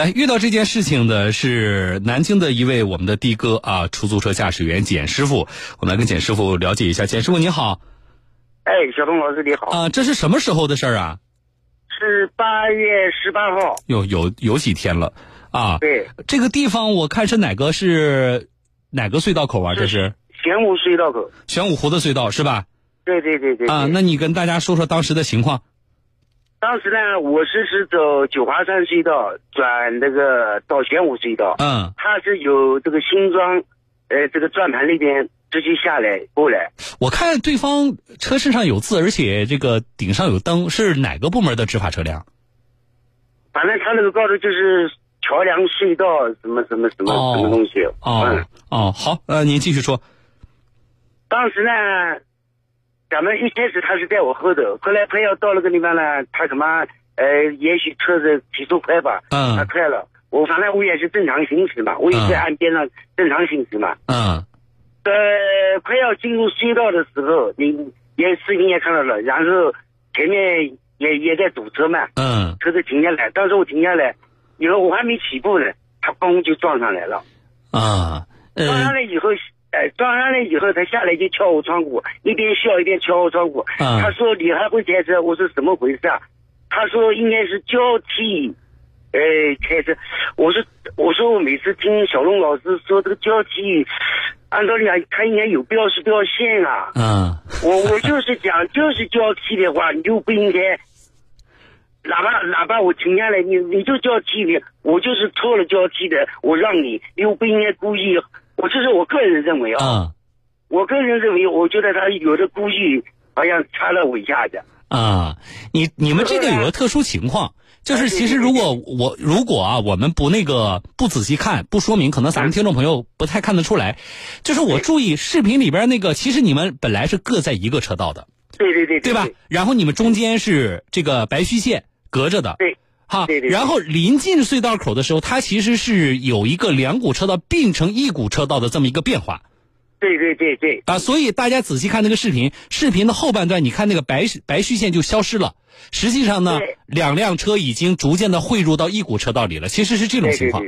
来，遇到这件事情的是南京的一位我们的的哥啊，出租车驾驶员简师傅。我们来跟简师傅了解一下。简师傅你好。 哎，小东老师你好。 啊，这是什么时候的事儿啊？ 是8月18号。 有几天了啊？ 对。 这个地方我看是哪个隧道口啊？这是玄武隧道口。 玄武湖的隧道是吧？ 对。 啊，那你跟大家说说当时的情况。 当时呢，我是走九华山隧道转那个到玄武隧道。它是有这个新庄，这个转盘那边直接下来过来。 我看对方车身上有字，而且这个顶上有灯，是哪个部门的执法车辆？ 反正他那个告诉就是桥梁隧道什么东西。 好，您继续说。 当时呢，咱们一开始他是在我后头，后来快要到那个地方呢，他什么也许车子提速快吧，他快了，反正我也是正常行驶嘛，我也是按边上正常行驶嘛。快要进入隧道的时候，你视频也看到了，然后前面也在堵车嘛，车子停下来，当时我停下来以后，我还没起步呢，他嘣就撞上来了。撞上来以后，他下来就敲我窗户，一边笑一边敲我窗户。他说你还会开车？我说怎么回事啊？他说应该是交替，开车。我说我每次听小龙老师说这个交替，按道理讲他应该有标识标线啊。我就是讲，就是交替的话，你就不应该。哪怕我停下来，你就交替的，我就是错了交替的，我让你又不应该故意。这是我个人认为啊。我个人认为，我觉得他有的故意，好像插了我一下子。 你们这个有个特殊情况，就是其实如果我们不仔细看，不说明，可能咱们听众朋友不太看得出来。就是我注意视频里边那个，其实你们本来是各在一个车道的。对吧？然后你们中间是这个白虚线隔着的。 对。 好，然后临近隧道口的时候，它其实是有一个2股车道并成1股车道的这么一个变化。 对。 所以大家仔细看那个视频的后半段，你看那个白虚线就消失了。实际上呢，2辆车已经逐渐的汇入到1股车道里了，其实是这种情况。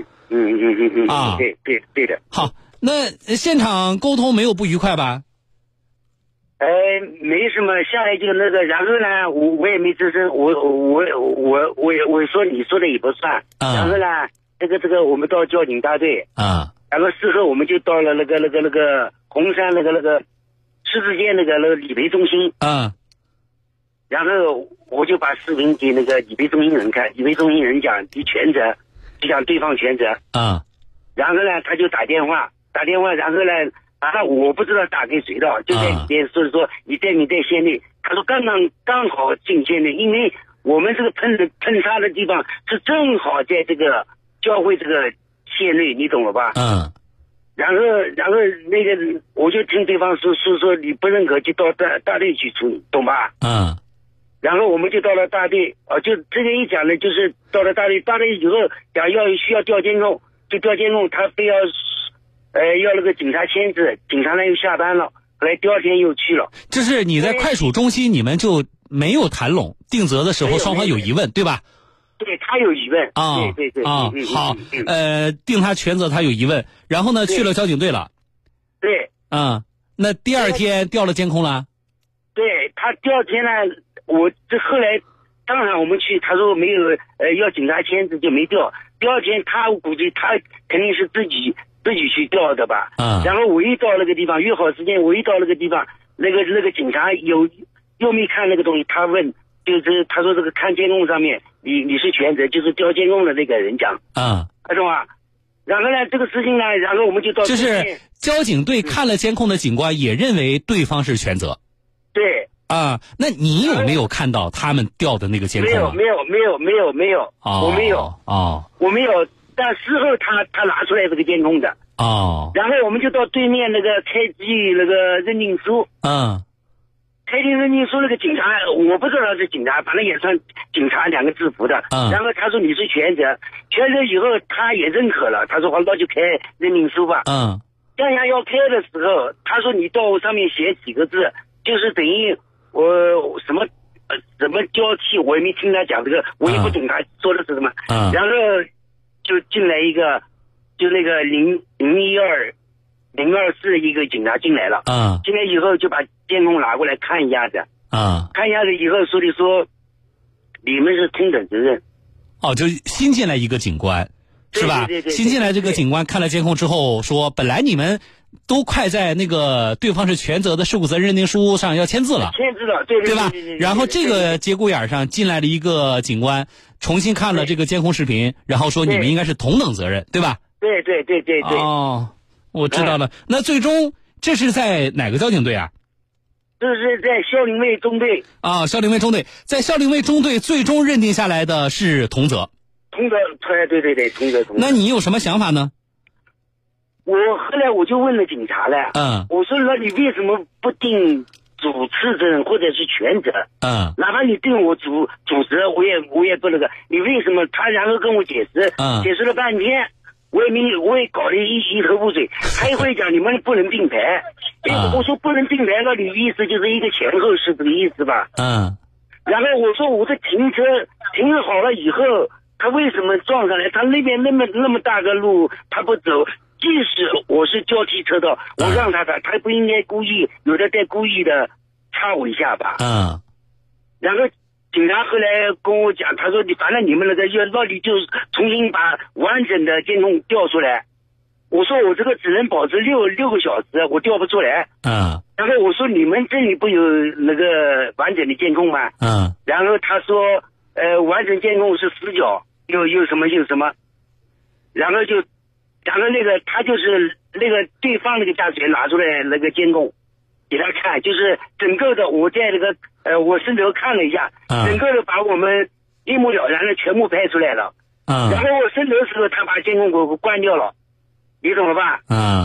对的。 好，那现场沟通没有不愉快吧？ 没什么，下来就那个，然后呢，我也没吱声，我说你说的也不算。然后呢，这个我们到交警大队然后事后我们就到了那个红山那个狮子街那个理赔中心然后我就把视频给那个理赔中心人看，理赔中心人讲你全责，就讲对方全责然后呢，他就打电话，然后呢。我不知道打给谁的，就在里边说你在线内，他说刚好进线内，因为我们这个喷砂的地方是正好在这个交汇这个线内，你懂了吧？然后那个我就听对方说你不认可就到大队去处理，懂吧？然后我们就到了大队，就这个一讲呢，就是到了大队以后讲需要调监控，就调监控，他非要那个警察签字，警察呢又下班了，后来第二天又去了。就是你在快署中心，你们就没有谈拢定责的时候，双方有疑问，对吧？ 对，他有疑问对好，定他全责，他有疑问，然后呢去了交警队了。 对。 那第二天调了监控了。 对，他第二天呢，后来当场我们去，他说没有要警察签字就没调。第二天我估计他肯定是自己去调的吧。然后我一到那个地方，约好时间，我一到那个地方，那个警察又没看那个东西，他问，就是他说这个看监控上面，你是全责，就是调监控的那个人讲。懂吧？然后呢，这个事情呢，然后我们就到就是交警队看了监控的警官也认为对方是全责。 对。 那你有没有看到他们调的那个监控？ 没有，我没有。我没有。但事后他拿出来这个监控的。然后我们就到对面那个开具那个认定书。开具认定书那个警察，我不知道他是警察，反正也算警察2个制服的。然后他说你是全责以后他也认可了，他说好，那就开认定书吧。这样要开的时候，他说你到我上面写几个字，就是等于我什么交替，我也没听他讲这个，我也不懂他说的是什么。然后就进来一个，就那个012-024一个警察进来了。进来以后就把监控拿过来看一下子。看一下子以后说你们是同等责任。 就新进来一个警官，是吧？ 对。 新进来这个警官看了监控之后说，本来你们都快在那个对方是全责的事故责任认定书上要签字了，对吧？然后这个节骨眼上进来了一个警官，重新看了这个监控视频，然后说你们应该是同等责任，对吧？ 对。 我知道了。那最终这是在哪个交警队啊？ 这是在孝陵卫中队。 孝陵卫中队，在孝陵卫中队最终认定下来的是同责。 对，同责。 那你有什么想法呢？ 后来我就问了警察了。我说那你为什么不定主次责任或者是全责？哪怕你定我主责，我也不那个。你为什么？他然后跟我解释了半天。我也搞得一头雾水，他也会讲你们不能并排。我说不能并排，那你意思就是一个前后是这个意思吧？然后我说我这停好了以后，他为什么撞上来？他那边那么大个路他不走，即使我是交替车道，我让他不应该故意的插我一下吧？然后警察后来跟我讲，他说反正你们那你就重新把完整的监控调出来。我说我这个只能保持6个小时，我调不出来。然后我说你们这里不有那个完整的监控吗？然后他说完整监控是死角，有什么，然后那个他就是那个对方那个驾驶员拿出来那个监控给他看，就是整个的我在那个我伸头看了一下，整个的把我们一目了然的全部拍出来了。然后我伸头的时候他把监控给我关掉了，你懂了吧？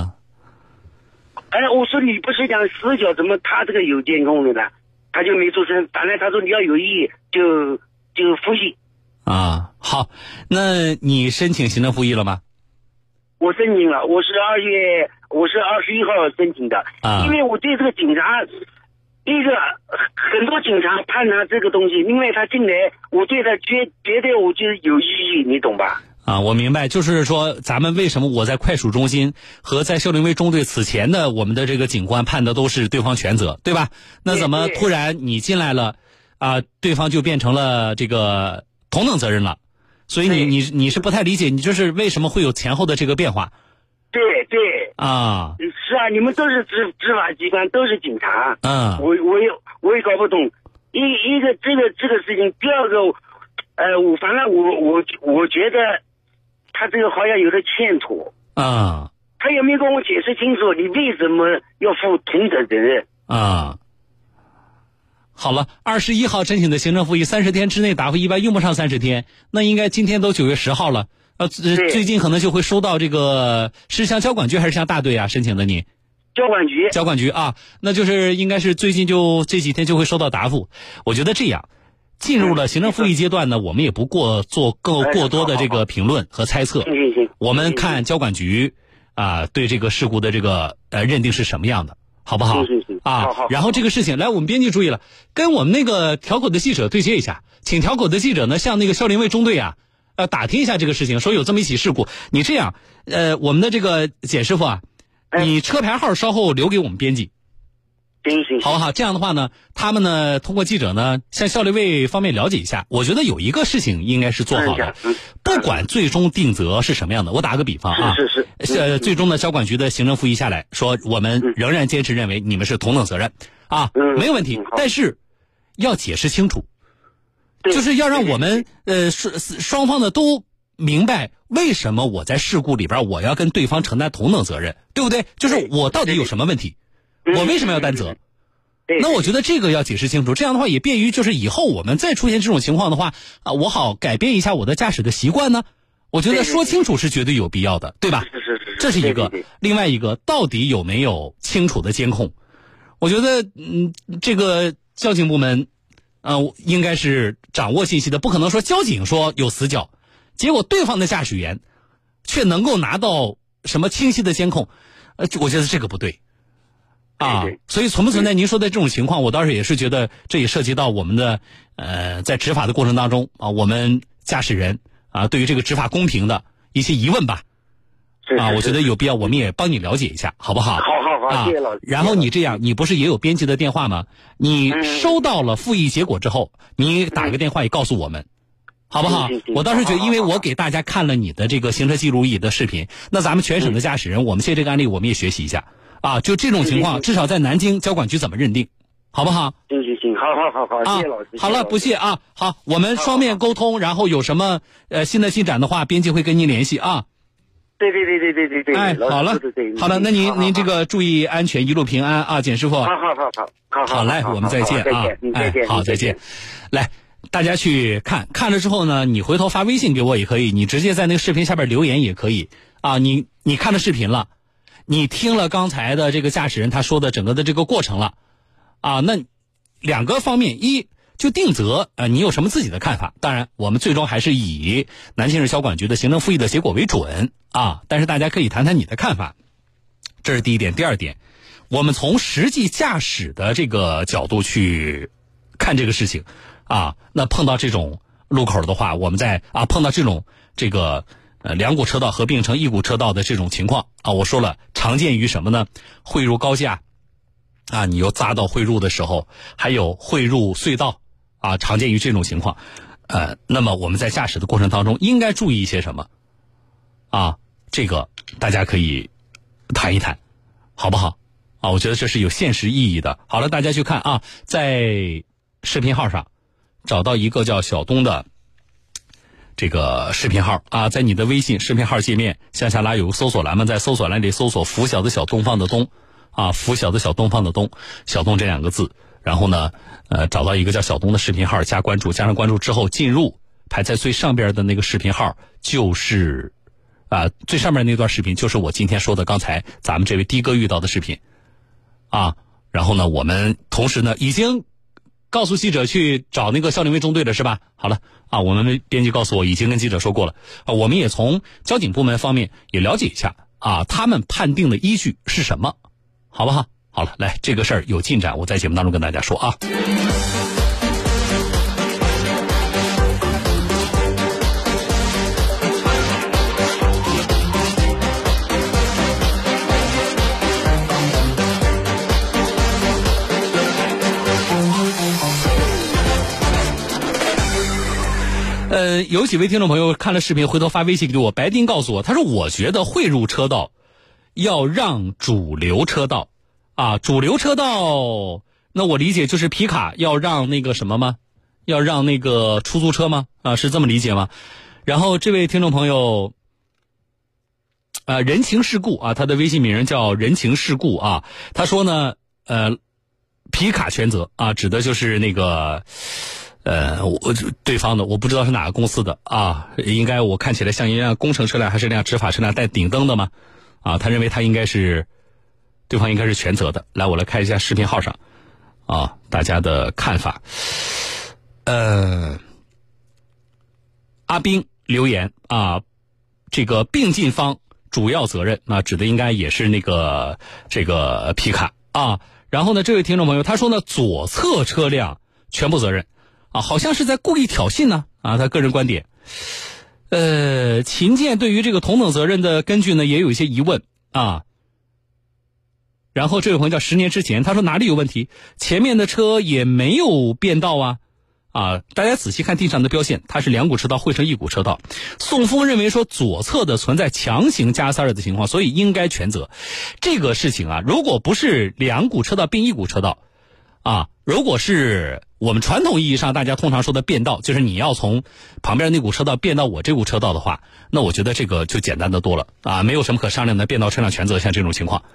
我说你不是讲死角，怎么他这个有监控的呢？他就没出声，反正他说你要有意就复议。 好，那你申请行政复议了吗？ 我申请了，我是21号申请的。因为我对这个警察，很多警察判他这个东西，因为他进来，我对他绝对我觉得有意义，你懂吧？ 我明白，就是说咱们为什么我在快署中心和在孝陵卫中队此前的我们的这个警官判的都是对方全责，对吧？那怎么突然你进来了对方就变成了这个同等责任了？所以你是不太理解，你就是为什么会有前后的这个变化？ 对是啊，你们都是执法机关，都是警察。我也搞不懂一个这个事情。第二个反正我觉得他这个好像有点欠妥。他也没跟我解释清楚你为什么要负同等责任。 好了，21号申请的行政复议30天之内答复一般用不上30天，那应该今天都9月10号了。最近可能就会收到这个，是向交管局还是向大队申请的你？交管局那就是应该是最近就这几天就会收到答复。我觉得这样进入了行政复议阶段呢，我们也不做过多的这个评论和猜测。我们看交管局对这个事故的这个认定是什么样的，好不好？ 好。 然后这个事情，来，我们编辑注意了，跟我们那个调口的记者对接一下，请调口的记者呢向那个孝陵卫中队打听一下这个事情，说有这么一起事故。你这样，我们的这个简师傅你车牌号稍后留给我们编辑。 行， 好不好？这样的话呢，他们呢通过记者呢向孝陵卫方面了解一下。我觉得有一个事情应该是做好的，不管最终定责是什么样的。我打个比方是最终的交管局的行政复议下来说，我们仍然坚持认为你们是同等责任没有问题，但是要解释清楚，就是要让我们双方的都明白为什么我在事故里边我要跟对方承担同等责任，对不对？就是我到底有什么问题，我为什么要担责？那我觉得这个要解释清楚，这样的话也便于就是以后我们再出现这种情况的话我好改变一下我的驾驶的习惯呢。我觉得说清楚是绝对有必要的，对吧？这是一个。另外一个，到底有没有清楚的监控？我觉得这个交警部门应该是掌握信息的，不可能说交警说有死角，结果对方的驾驶员却能够拿到什么清晰的监控，我觉得这个不对所以存不存在您说的这种情况，我倒是也是觉得这也涉及到我们的在执法的过程当中我们驾驶人对于这个执法公平的一一些疑问吧。我觉得有必要，我们也帮你了解一下，好不好？ 好，谢谢老师。 然后你这样，你不是也有编辑的电话吗？你收到了复议结果之后，你打个电话也告诉我们，好不好？我倒是觉得，因为我给大家看了你的这个行车记录仪的视频，那咱们全省的驾驶人，我们借这个案例，我们也学习一下就这种情况，至少在南京交管局怎么认定，好不好？ 行，好，谢谢老师。 好了，不谢啊。好，我们双面沟通，然后有什么新的进展的话，编辑会跟您联系啊。 对。 哎，好了，那您这个注意安全，一路平安啊，简师傅。好，来，我们再见啊。好，再见。来，大家去看了之后呢，你回头发微信给我也可以，你直接在那个视频下边留言也可以啊。你看了视频了，你听了刚才的这个驾驶人他说的整个的这个过程了啊，那两个方面，一就定责你有什么自己的看法？当然，我们最终还是以南京市交管局的行政复议的结果为准啊。但是大家可以谈谈你的看法，这是第一点。第二点，我们从实际驾驶的这个角度去看这个事情啊。那碰到这种路口的话，我们在碰到这种这个两股车道合并成一股车道的这种情况啊，我说了，常见于什么呢？汇入高架你又匝道汇入的时候，还有汇入隧道常见于这种情况。那么我们在驾驶的过程当中应该注意一些什么这个大家可以谈一谈，好不好我觉得这是有现实意义的。好了，大家去看在视频号上找到一个叫小东的这个视频号在你的微信视频号界面向下拉有个搜索栏嘛，在搜索栏里搜索拂晓的小东方的东拂晓的小东方的东，小东这两个字，然后呢找到一个叫小东的视频号加关注，加上关注之后进入排在最上边的那个视频号，就是最上面那段视频就是我今天说的刚才咱们这位的哥遇到的视频然后呢我们同时呢已经告诉记者去找那个孝陵卫中队了，是吧？好了我们编辑告诉我已经跟记者说过了我们也从交警部门方面也了解一下他们判定的依据是什么，好不好？好了，来，这个事儿有进展，我在节目当中跟大家说有几位听众朋友看了视频回头发微信给我，白丁告诉我，他说我觉得汇入车道要让主流车道主流车道，那我理解就是皮卡要让那个什么吗？要让那个出租车吗？是这么理解吗？然后这位听众朋友人情世故他的微信名叫人情世故他说呢皮卡全责指的就是那个对方的，我不知道是哪个公司的应该我看起来像一辆工程车辆还是一辆执法车辆带顶灯的吗？他认为他应该是对方应该是全责的。来，我来看一下视频号上大家的看法。阿斌留言这个并进方主要责任指的应该也是那个这个皮卡然后呢，这位听众朋友他说呢，左侧车辆全部责任好像是在故意挑衅呢他个人观点。秦建对于这个同等责任的根据呢也有一些疑问然后这位朋友叫10年之前，他说哪里有问题？前面的车也没有变道大家仔细看地上的标线，它是两股车道汇成一股车道。宋峰认为说左侧的存在强行加塞的情况，所以应该全责。这个事情如果不是两股车道并一股车道如果是我们传统意义上大家通常说的变道，就是你要从旁边那股车道变到我这股车道的话，那我觉得这个就简单的多了没有什么可商量的，变道车辆全责，像这种情况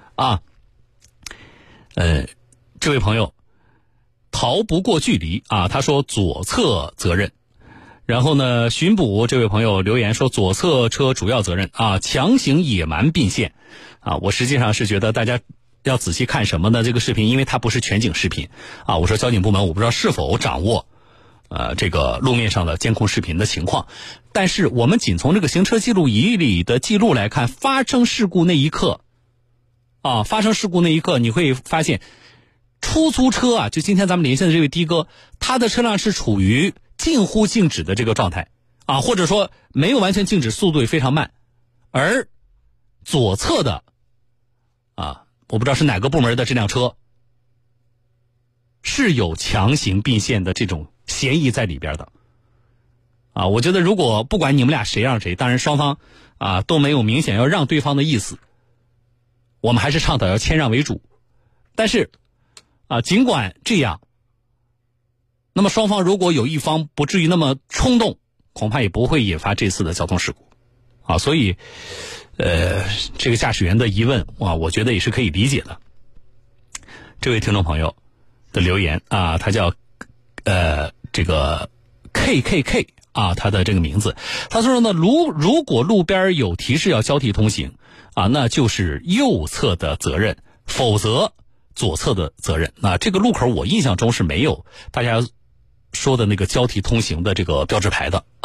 这位朋友逃不过距离他说左侧责任。然后呢，巡捕这位朋友留言说左侧车主要责任强行野蛮并线我实际上是觉得大家要仔细看什么呢？这个视频因为它不是全景视频我说交警部门我不知道是否掌握这个路面上的监控视频的情况，但是我们仅从这个行车记录仪里的记录来看，发生事故那一刻你会发现出租车就今天咱们连线的这位的哥，他的车辆是处于近乎静止的这个状态或者说没有完全静止，速度也非常慢而左侧的我不知道是哪个部门的这辆车是有强行并线的这种嫌疑在里边的我觉得如果不管你们俩谁让谁，当然双方都没有明显要让对方的意思，我们还是倡导要谦让为主。但是尽管这样，那么双方如果有一方不至于那么冲动，恐怕也不会引发这次的交通事故所以这个驾驶员的疑问我觉得也是可以理解的。这位听众朋友的留言他叫这个 KKK 他的这个名字，他说呢，如果路边有提示要交替通行那就是右侧的责任，否则左侧的责任。这个路口我印象中是没有大家说的那个交替通行的这个标志牌的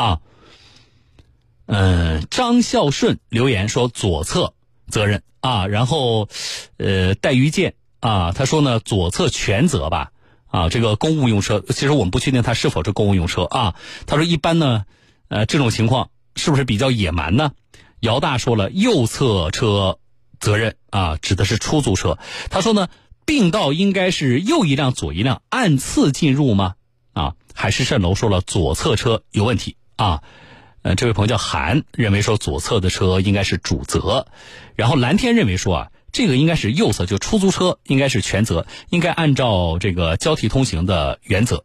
张孝顺留言说左侧责任然后戴于健他说呢左侧全责吧这个公务用车，其实我们不确定它是否是公务用车他说一般呢这种情况是不是比较野蛮呢？姚大说了右侧车责任指的是出租车。他说呢并道应该是右一辆左一辆按次进入吗？海市蜃楼说了左侧车有问题这位朋友叫韩，认为说左侧的车应该是主责。然后蓝天认为说这个应该是右侧，就出租车应该是全责，应该按照这个交替通行的原则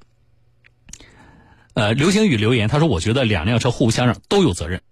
流星雨留言，他说我觉得两辆车互不相让都有责任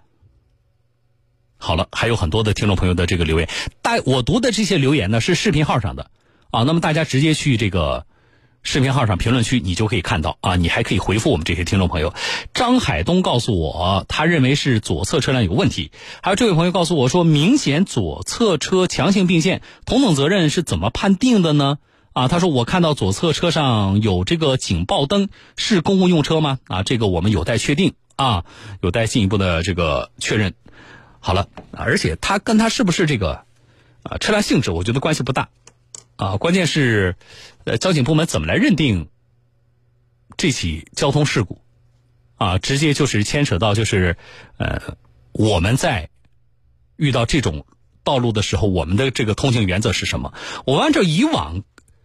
好了，还有很多的听众朋友的这个留言，我读的这些留言呢是视频号上的那么大家直接去这个视频号上评论区你就可以看到你还可以回复我们这些听众朋友。张海东告诉我他认为是左侧车辆有问题。还有这位朋友告诉我说明显左侧车强行并线，同等责任是怎么判定的呢？他说我看到左侧车上有这个警报灯，是公务用车吗？这个我们有待确定有待进一步的这个确认。好了，而且他跟他是不是这个车辆性质我觉得关系不大关键是交警部门怎么来认定这起交通事故直接就是牵扯到就是我们在遇到这种道路的时候，我们的这个通行原则是什么？我们按照以往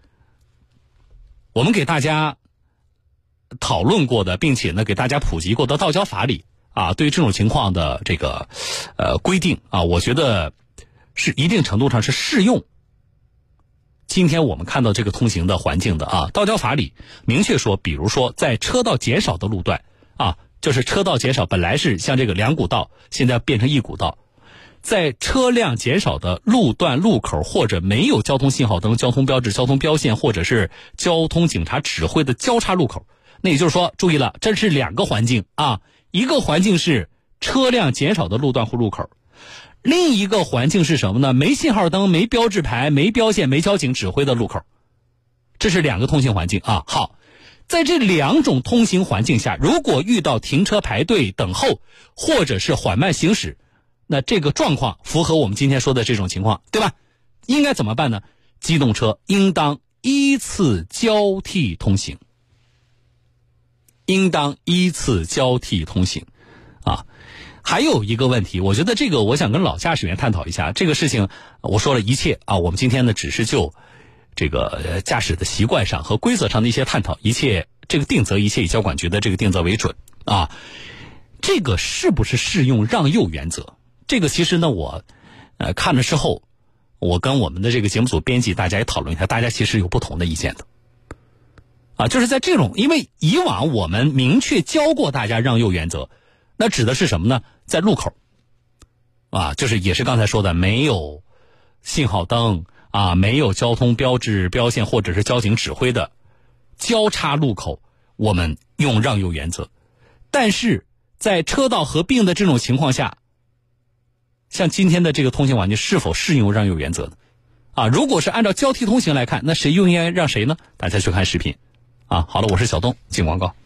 我们给大家讨论过的，并且呢给大家普及过的道交法里对于这种情况的这个规定我觉得是一定程度上是适用今天我们看到这个通行的环境的道交法里明确说，比如说在车道减少的路段就是车道减少本来是像这个2股道，现在变成1股道，在车辆减少的路段路口或者没有交通信号灯、交通标志、交通标线或者是交通警察指挥的交叉路口，那也就是说注意了，这是2个环境一个环境是车辆减少的路段或路口，另一个环境是什么呢？没信号灯、没标志牌、没标线、没交警指挥的路口，这是2个通行环境好，在这2种通行环境下，如果遇到停车排队等候或者是缓慢行驶，那这个状况符合我们今天说的这种情况，对吧？应该怎么办呢？机动车应当依次交替通行，应当依次交替通行还有一个问题，我觉得这个我想跟老驾驶员探讨一下。这个事情我说了一切我们今天呢只是就这个驾驶的习惯上和规则上的一些探讨，一切这个定责一切以交管局的这个定责为准这个是不是适用让右原则？这个其实呢我看了之后，我跟我们的这个节目组编辑大家也讨论一下，大家其实有不同的意见的就是在这种，因为以往我们明确教过大家让右原则，那指的是什么呢？在路口就是也是刚才说的没有信号灯没有交通标志标线或者是交警指挥的交叉路口，我们用让右原则。但是在车道合并的这种情况下，像今天的这个通行环境是否适用让右原则呢？如果是按照交替通行来看，那谁应该让谁呢？大家去看视频好了，我是小东，进广告。